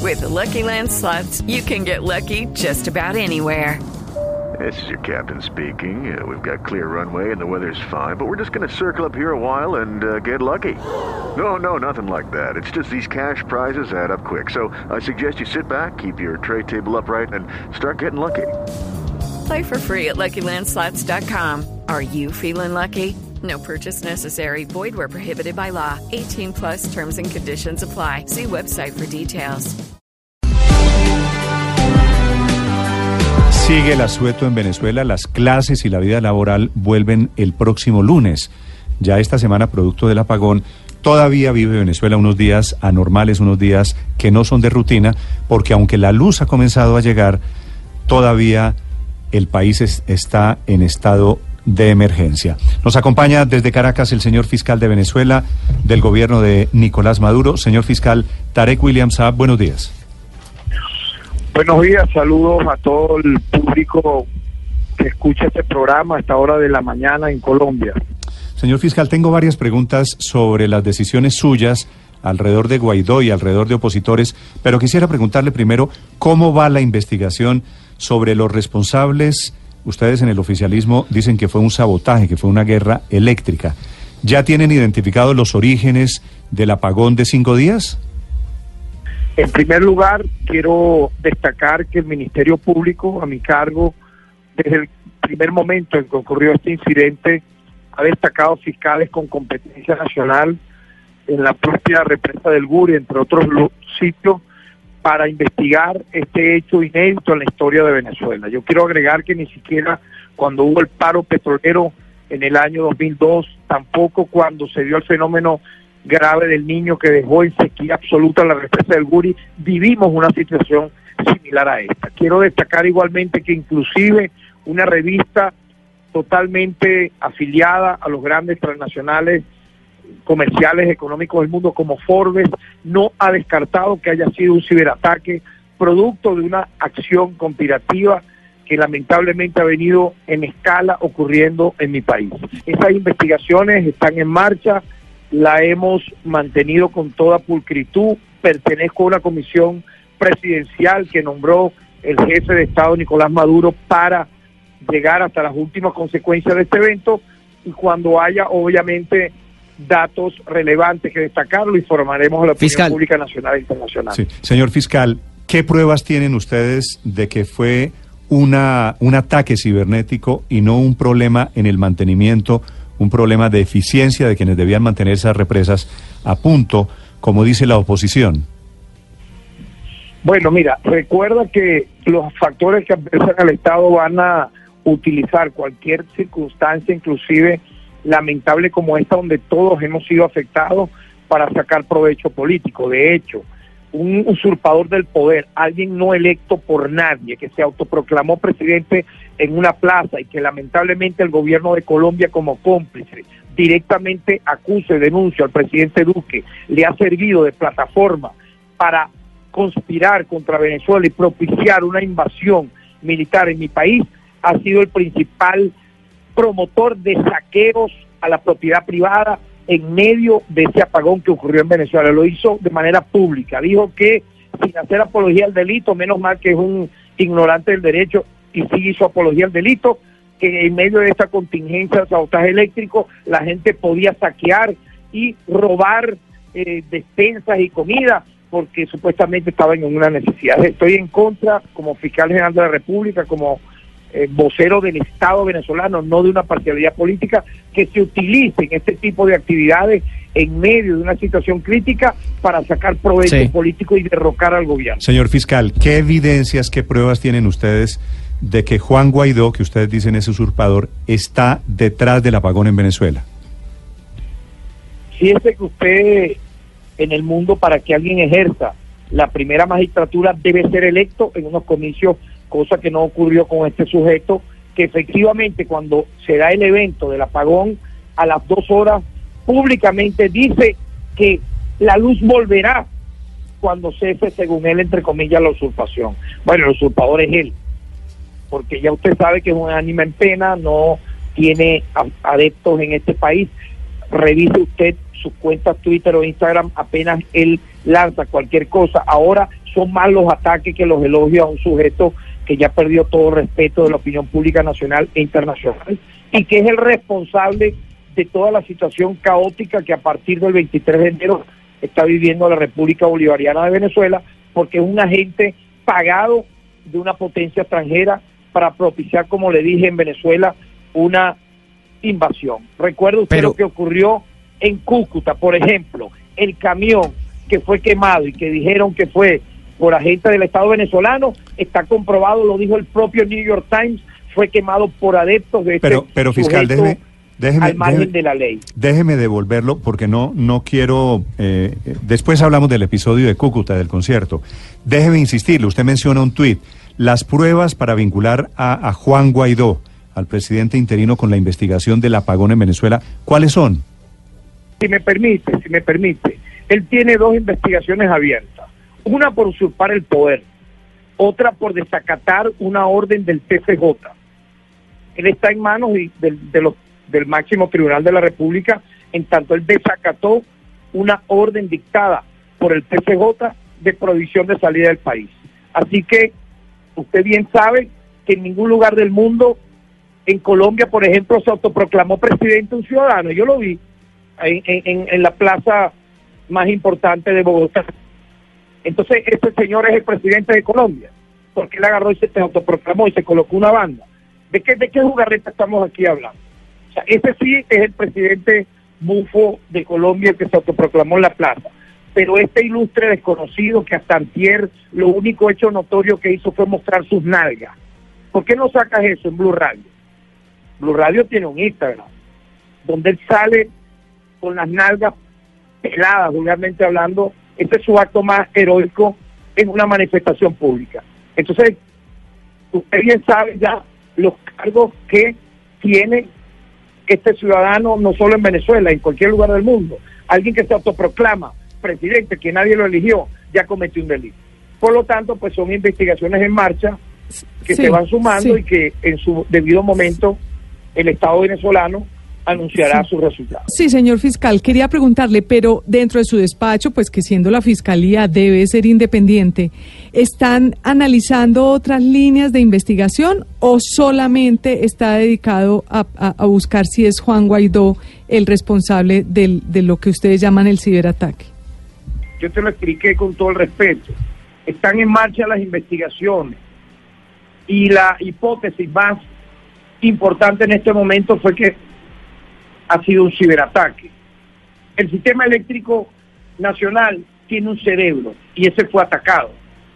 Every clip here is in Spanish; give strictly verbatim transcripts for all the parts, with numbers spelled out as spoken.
With the Lucky Land Slots, you can get lucky just about anywhere. This is your captain speaking. Uh, we've got clear runway and the weather's fine, but we're just going to circle up here a while and uh, get lucky. No, no, nothing like that. It's just these cash prizes add up quick. So I suggest you sit back, keep your tray table upright, and start getting lucky. Play for free at Lucky Land Slots dot com. Are you feeling lucky? No purchase necessary. Void where prohibited by law. eighteen plus terms and conditions apply. See website for details. Sigue el asueto en Venezuela. Las clases y la vida laboral vuelven el próximo lunes. Ya esta semana, producto del apagón, todavía vive Venezuela unos días anormales, unos días que no son de rutina, porque aunque la luz ha comenzado a llegar, todavía el país es, está en estado de emergencia. Nos acompaña desde Caracas el señor fiscal de Venezuela, del gobierno de Nicolás Maduro. Señor fiscal Tarek William Saab, buenos días. Buenos días, saludos a todo el público que escucha este programa a esta hora de la mañana en Colombia. Señor fiscal, tengo varias preguntas sobre las decisiones suyas alrededor de Guaidó y alrededor de opositores, pero quisiera preguntarle primero cómo va la investigación sobre los responsables. Ustedes en el oficialismo dicen que fue un sabotaje, que fue una guerra eléctrica. ¿Ya tienen identificados los orígenes del apagón de cinco días? En primer lugar, quiero destacar que el Ministerio Público, a mi cargo, desde el primer momento en que ocurrió este incidente, ha destacado fiscales con competencia nacional en la propia represa del Guri, entre otros sitios, para investigar este hecho inédito en la historia de Venezuela. Yo quiero agregar que ni siquiera cuando hubo el paro petrolero en el año dos mil dos, tampoco cuando se dio el fenómeno grave del Niño que dejó en sequía absoluta la represa del Guri, vivimos una situación similar a esta. Quiero destacar igualmente que inclusive una revista totalmente afiliada a los grandes transnacionales comerciales económicos del mundo como Forbes no ha descartado que haya sido un ciberataque producto de una acción conspirativa que lamentablemente ha venido en escala ocurriendo en mi país. Esas investigaciones están en marcha, la hemos mantenido con toda pulcritud. Pertenezco a una comisión presidencial que nombró el jefe de Estado Nicolás Maduro para llegar hasta las últimas consecuencias de este evento, y cuando haya obviamente datos relevantes que destacar, lo informaremos a la opinión fiscal pública nacional e internacional. Sí. Señor fiscal, ¿qué pruebas tienen ustedes de que fue una un ataque cibernético y no un problema en el mantenimiento, un problema de eficiencia de quienes debían mantener esas represas a punto, como dice la oposición? Bueno, mira, recuerda que los factores que afectan al Estado van a utilizar cualquier circunstancia, inclusive lamentable como esta, donde todos hemos sido afectados, para sacar provecho político. De hecho, un usurpador del poder, alguien no electo por nadie, que se autoproclamó presidente en una plaza y que lamentablemente el gobierno de Colombia, como cómplice, directamente acusa y denuncia al presidente Duque, le ha servido de plataforma para conspirar contra Venezuela y propiciar una invasión militar en mi país, ha sido el principal promotor de saqueos a la propiedad privada en medio de ese apagón que ocurrió en Venezuela. Lo hizo de manera pública, dijo que sin hacer apología al delito, menos mal que es un ignorante del derecho y sí hizo apología al delito, que en medio de esta contingencia de sabotaje eléctrico la gente podía saquear y robar eh, despensas y comida porque supuestamente estaban en una necesidad. Estoy en contra, como fiscal general de la República, como Eh, vocero del Estado venezolano, no de una parcialidad política, que se utilicen este tipo de actividades en medio de una situación crítica para sacar provecho sí. político y derrocar al gobierno. Señor fiscal, ¿qué evidencias, qué pruebas tienen ustedes de que Juan Guaidó, que ustedes dicen es usurpador, está detrás del apagón en Venezuela? Fíjese que usted, en el mundo, para que alguien ejerza la primera magistratura, debe ser electo en unos comicios, cosa que no ocurrió con este sujeto, que efectivamente cuando se da el evento del apagón, a las dos horas públicamente dice que la luz volverá cuando cese, según él, entre comillas, la usurpación. Bueno, el usurpador es él, porque ya usted sabe que es un ánima en pena, no tiene adeptos en este país. Revise usted sus cuentas Twitter o Instagram, apenas él lanza cualquier cosa. Ahora son más los ataques que los elogios a un sujeto que ya perdió todo respeto de la opinión pública nacional e internacional y que es el responsable de toda la situación caótica que a partir del veintitrés de enero está viviendo la República Bolivariana de Venezuela, porque es un agente pagado de una potencia extranjera para propiciar, como le dije, en Venezuela una invasión. Recuerda usted Pero... lo que ocurrió en Cúcuta, por ejemplo, el camión que fue quemado y que dijeron que fue por agentes del Estado venezolano, está comprobado, lo dijo el propio New York Times, fue quemado por adeptos de este Pero, pero fiscal, déjeme, déjeme, al margen déjeme, de la ley. Déjeme devolverlo porque no, no quiero... Eh, después hablamos del episodio de Cúcuta, del concierto. Déjeme insistirle, usted menciona un tuit. Las pruebas para vincular a, a Juan Guaidó, al presidente interino, con la investigación del apagón en Venezuela, ¿cuáles son? Si me permite, si me permite. Él tiene dos investigaciones abiertas. Una por usurpar el poder, otra por desacatar una orden del T C J. Él está en manos de, de, de los, del máximo tribunal de la República, en tanto él desacató una orden dictada por el T C J de prohibición de salida del país. Así que usted bien sabe que en ningún lugar del mundo, en Colombia, por ejemplo, se autoproclamó presidente un ciudadano. Yo lo vi en, en, en la plaza más importante de Bogotá. Entonces, este señor es el presidente de Colombia, porque él agarró y se autoproclamó y se colocó una banda. ¿De qué, de qué jugarreta estamos aquí hablando? O sea, ese sí es el presidente bufo de Colombia, el que se autoproclamó en la plaza. Pero este ilustre desconocido que hasta antier lo único hecho notorio que hizo fue mostrar sus nalgas. ¿Por qué no sacas eso en Blue Radio? Blue Radio tiene un Instagram, donde él sale con las nalgas peladas, vulgarmente hablando. Este es su acto más heroico en una manifestación pública. Entonces, usted bien sabe ya los cargos que tiene este ciudadano, no solo en Venezuela, en cualquier lugar del mundo. Alguien que se autoproclama presidente, que nadie lo eligió, ya cometió un delito. Por lo tanto, pues son investigaciones en marcha que sí, se van sumando sí. y que en su debido momento el Estado venezolano anunciará sí. sus resultados. Sí, señor fiscal, quería preguntarle, pero dentro de su despacho, pues que siendo la fiscalía debe ser independiente, ¿están analizando otras líneas de investigación o solamente está dedicado a, a, a buscar si es Juan Guaidó el responsable del, de lo que ustedes llaman el ciberataque? Yo te lo expliqué con todo el respeto. Están en marcha las investigaciones y la hipótesis más importante en este momento fue que ha sido un ciberataque. El sistema eléctrico nacional tiene un cerebro y ese fue atacado.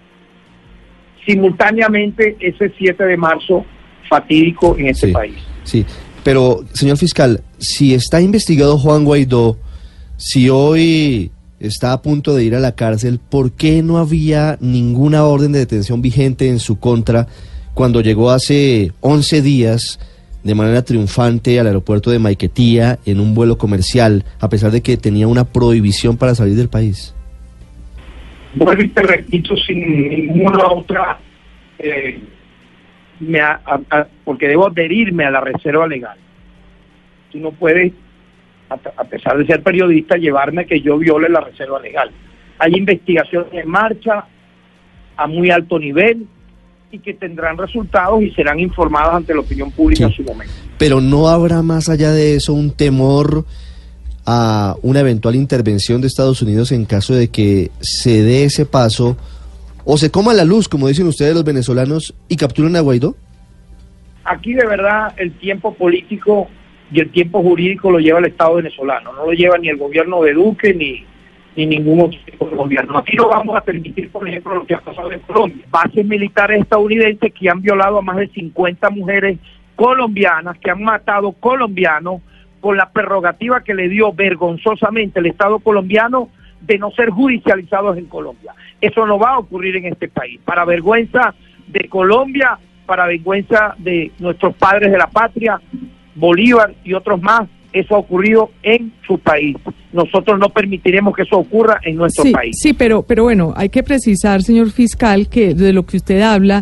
Simultáneamente ese siete de marzo fatídico en este sí, país. Sí, pero señor fiscal, si está investigado Juan Guaidó, si hoy está a punto de ir a la cárcel, ¿por qué no había ninguna orden de detención vigente en su contra cuando llegó hace once días de manera triunfante al aeropuerto de Maiquetía en un vuelo comercial, a pesar de que tenía una prohibición para salir del país? Vuelvo y te repito, sin ninguna otra, eh, me a, a, porque debo adherirme a la reserva legal. Tú no puedes, a, a pesar de ser periodista, llevarme a que yo viole la reserva legal. Hay investigaciones en marcha a muy alto nivel y que tendrán resultados y serán informados ante la opinión pública sí. en su momento. Pero ¿no habrá más allá de eso un temor a una eventual intervención de Estados Unidos en caso de que se dé ese paso o se coma la luz, como dicen ustedes los venezolanos, y capturen a Guaidó? Aquí de verdad el tiempo político y el tiempo jurídico lo lleva el Estado venezolano, no lo lleva ni el gobierno de Duque ni ni ningún otro tipo de gobierno. Aquí no vamos a permitir, por ejemplo, lo que ha pasado en Colombia. Bases militares estadounidenses que han violado a más de cincuenta mujeres colombianas, que han matado colombianos, con la prerrogativa que le dio vergonzosamente el Estado colombiano de no ser judicializados en Colombia. Eso no va a ocurrir en este país. Para vergüenza de Colombia, para vergüenza de nuestros padres de la patria, Bolívar y otros más, eso ha ocurrido en su país. Nosotros no permitiremos que eso ocurra en nuestro sí, país. Sí, pero, pero bueno, hay que precisar, señor fiscal, que de lo que usted habla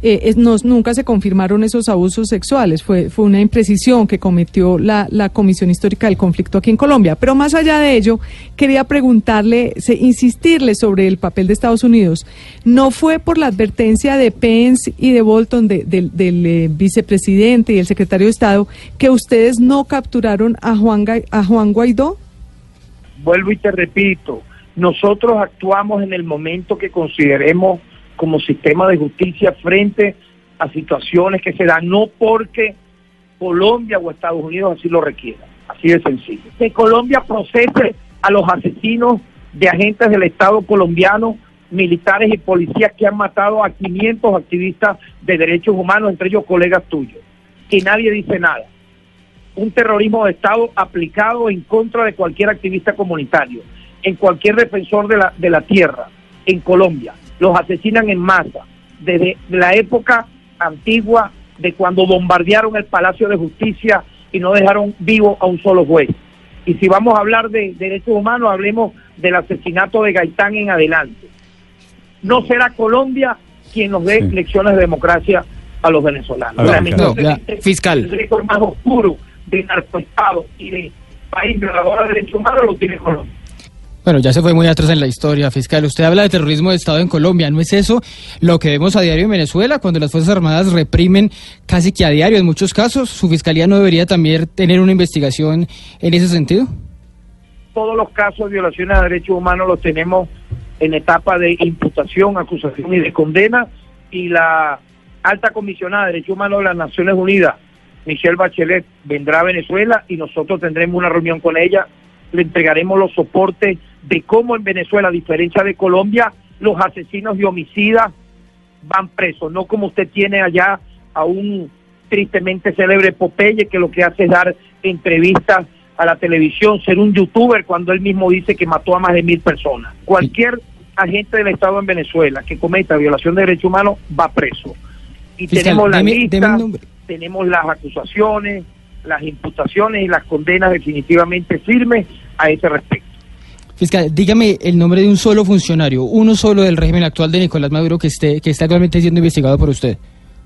eh, es, no, nunca se confirmaron esos abusos sexuales, fue, fue una imprecisión que cometió la, la Comisión Histórica del Conflicto aquí en Colombia. Pero más allá de ello, quería preguntarle, se, insistirle sobre el papel de Estados Unidos. ¿No fue por la advertencia de Pence y de Bolton, de, de, del eh, vicepresidente y el secretario de Estado, que ustedes no capturaron a Juan, a Juan Guaidó? Vuelvo y te repito, nosotros actuamos en el momento que consideremos como sistema de justicia frente a situaciones que se dan, no porque Colombia o Estados Unidos así lo requieran, así de sencillo. Que Colombia procese a los asesinos de agentes del Estado colombiano, militares y policías que han matado a quinientos activistas de derechos humanos, entre ellos colegas tuyos, y nadie dice nada. Un terrorismo de Estado aplicado en contra de cualquier activista comunitario, en cualquier defensor de la, de la tierra, en Colombia. Los asesinan en masa, desde la época antigua de cuando bombardearon el Palacio de Justicia y no dejaron vivo a un solo juez. Y si vamos a hablar de derechos humanos, hablemos del asesinato de Gaitán en adelante. No será Colombia quien nos dé sí. lecciones de democracia a los venezolanos. A ver, no, ya, fiscal. El récord más oscuro de narcoestado y de país violador de derechos humanos lo tiene Colombia. Bueno, ya se fue muy atrás en la historia, fiscal. Usted habla de terrorismo de Estado en Colombia. ¿No es eso lo que vemos a diario en Venezuela, cuando las Fuerzas Armadas reprimen casi que a diario en muchos casos? ¿Su fiscalía no debería también tener una investigación en ese sentido? Todos los casos de violaciones a derechos humanos los tenemos en etapa de imputación, acusación y de condena, y la alta comisionada de Derechos Humanos de las Naciones Unidas, Michelle Bachelet, vendrá a Venezuela y nosotros tendremos una reunión con ella. Le entregaremos los soportes de cómo en Venezuela, a diferencia de Colombia, los asesinos y homicidas van presos, no como usted tiene allá a un tristemente célebre Popeye que lo que hace es dar entrevistas a la televisión, ser un youtuber cuando él mismo dice que mató a más de mil personas. Cualquier agente del Estado en Venezuela que cometa violación de derechos humanos va preso. Y fiscal, tenemos la deme, lista, deme tenemos las acusaciones, las imputaciones y las condenas definitivamente firmes a ese respecto. Fiscal, dígame el nombre de un solo funcionario, uno solo del régimen actual de Nicolás Maduro que esté que está actualmente siendo investigado por usted.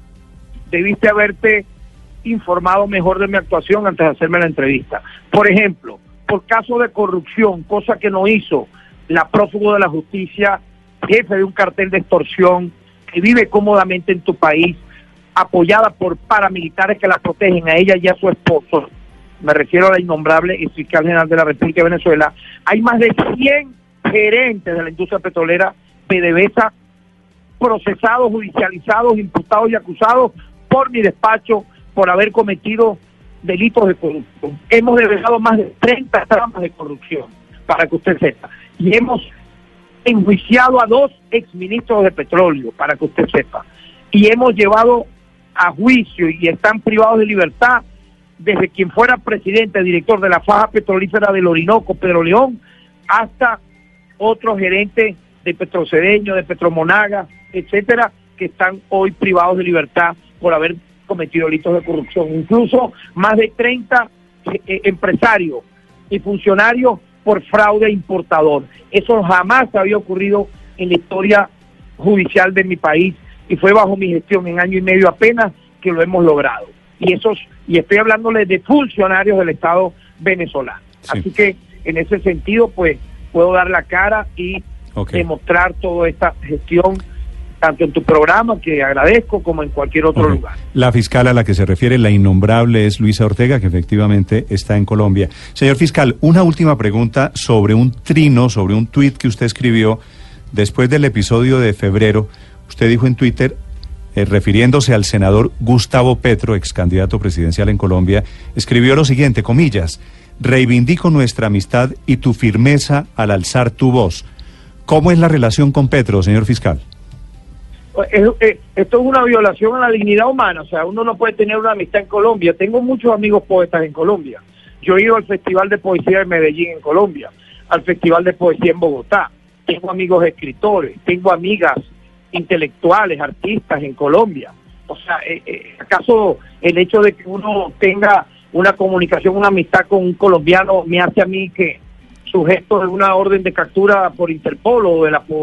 Debiste haberte informado mejor de mi actuación antes de hacerme la entrevista. Por ejemplo, por caso de corrupción, cosa que no hizo la prófugo de la justicia, jefe de un cartel de extorsión, que vive cómodamente en tu país, apoyada por paramilitares que la protegen a ella y a su esposo. Me refiero a la innombrable fiscal general de la República de Venezuela. Hay más de cien gerentes de la industria petrolera PDVSA procesados, judicializados, imputados y acusados por mi despacho por haber cometido delitos de corrupción. Hemos develado más de treinta tramas de corrupción, para que usted sepa. Y hemos enjuiciado a dos exministros de petróleo, para que usted sepa. Y hemos llevado a juicio y están privados de libertad desde quien fuera presidente, director de la faja petrolífera del Orinoco, Pedro León, hasta otros gerentes de Petrocedeño, de Petromonaga, etcétera, que están hoy privados de libertad por haber cometido delitos de corrupción. Incluso más de treinta eh, empresarios y funcionarios por fraude importador. Eso jamás había ocurrido en la historia judicial de mi país y fue bajo mi gestión en año y medio apenas que lo hemos logrado. Y esos y estoy hablándole de funcionarios del Estado venezolano. Sí. Así que en ese sentido, pues, puedo dar la cara y okay. demostrar toda esta gestión, tanto en tu programa, que agradezco, como en cualquier otro okay. lugar. La fiscal a la que se refiere, la innombrable, es Luisa Ortega, que efectivamente está en Colombia. Señor fiscal, una última pregunta sobre un trino, sobre un tuit que usted escribió después del episodio de febrero. Usted dijo en Twitter, eh, refiriéndose al senador Gustavo Petro, ex candidato presidencial en Colombia, escribió lo siguiente, comillas: reivindico nuestra amistad y tu firmeza al alzar tu voz. ¿Cómo es la relación con Petro, señor fiscal? Es, es, esto es una violación a la dignidad humana. O sea, uno no puede tener una amistad en Colombia. Tengo muchos amigos poetas en Colombia. Yo he ido al Festival de Poesía de Medellín en Colombia, al Festival de Poesía en Bogotá. Tengo amigos escritores, tengo amigas intelectuales, artistas en Colombia. O sea, eh, eh, ¿acaso el hecho de que uno tenga una comunicación, una amistad con un colombiano me hace a mí que sujeto de una orden de captura por Interpol o de la,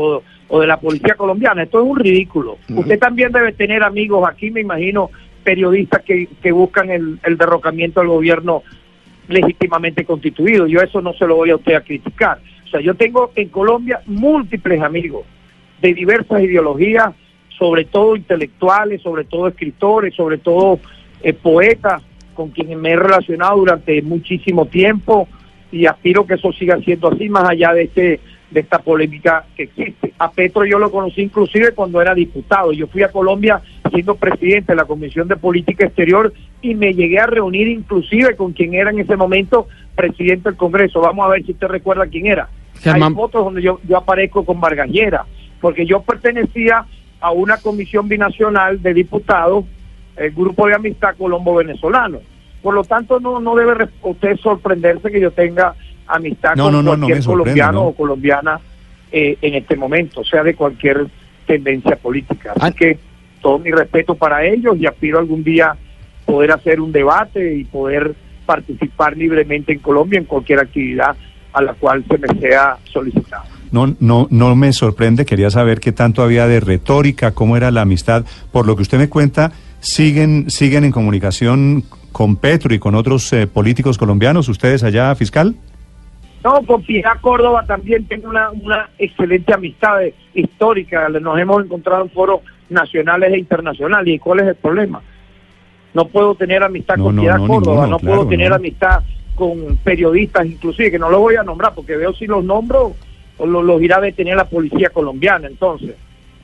o de la policía colombiana. Esto es un ridículo. Uh-huh. Usted también debe tener amigos aquí, me imagino, periodistas que, que buscan el, el derrocamiento del gobierno legítimamente constituido. Yo eso no se lo voy a usted a criticar. O sea, yo tengo en Colombia múltiples amigos de diversas ideologías, sobre todo intelectuales, sobre todo escritores, sobre todo eh, poetas, con quienes me he relacionado durante muchísimo tiempo, y aspiro que eso siga siendo así, más allá de este de esta polémica que existe. A Petro yo lo conocí inclusive cuando era diputado. Yo fui a Colombia siendo presidente de la Comisión de Política Exterior y me llegué a reunir inclusive con quien era en ese momento presidente del Congreso. Vamos a ver si usted recuerda quién era. Germán. Hay fotos donde yo, yo aparezco con Vargas Lleras, porque yo pertenecía a una comisión binacional de diputados, el grupo de amistad colombo-venezolano. Por lo tanto, no no debe usted sorprenderse que yo tenga amistad no, con no, no, cualquier no colombiano ¿no? o colombiana eh, en este momento, sea de cualquier tendencia política. Así ah. que todo mi respeto para ellos y aspiro algún día poder hacer un debate y poder participar libremente en Colombia en cualquier actividad a la cual se me sea solicitado. No, no, no me sorprende, quería saber qué tanto había de retórica, cómo era la amistad. Por lo que usted me cuenta, ¿siguen, siguen en comunicación con Petro y con otros eh, políticos colombianos, ustedes allá, fiscal? No, con Piedad Córdoba también tengo una, una excelente amistad histórica. Nos hemos encontrado en foros nacionales e internacionales. ¿Y cuál es el problema? No puedo tener amistad no, con no, Piedad no, Córdoba, ninguno, no claro, puedo tener no. amistad con periodistas, inclusive, que no los voy a nombrar, porque veo si los nombro, o los, los irá a detener la policía colombiana, entonces.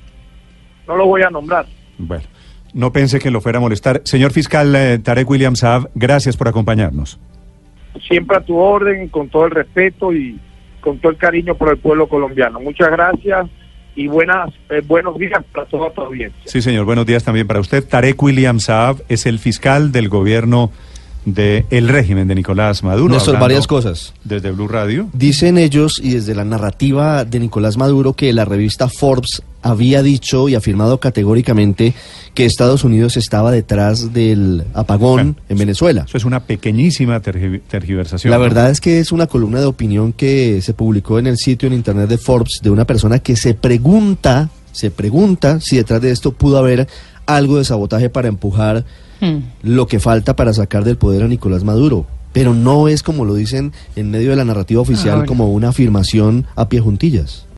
No los voy a nombrar. Bueno, no pensé que lo fuera a molestar. Señor fiscal eh, Tarek William Saab, gracias por acompañarnos. Siempre a tu orden, con todo el respeto y con todo el cariño por el pueblo colombiano. Muchas gracias y buenas eh, buenos días para toda tu audiencia. Sí, señor, buenos días también para usted. Tarek William Saab es el fiscal del gobierno del régimen de Nicolás Maduro. Néstor, varias cosas. Desde Blue Radio. Dicen ellos, y desde la narrativa de Nicolás Maduro, que la revista Forbes había dicho y afirmado categóricamente que Estados Unidos estaba detrás del apagón bueno, en Venezuela. Eso es una pequeñísima tergi tergiversación. La ¿no? verdad es que es una columna de opinión que se publicó en el sitio en internet de Forbes de una persona que se pregunta, se pregunta si detrás de esto pudo haber algo de sabotaje para empujar hmm. lo que falta para sacar del poder a Nicolás Maduro. Pero no es como lo dicen en medio de la narrativa oficial, ah, bueno. como una afirmación a pie juntillas.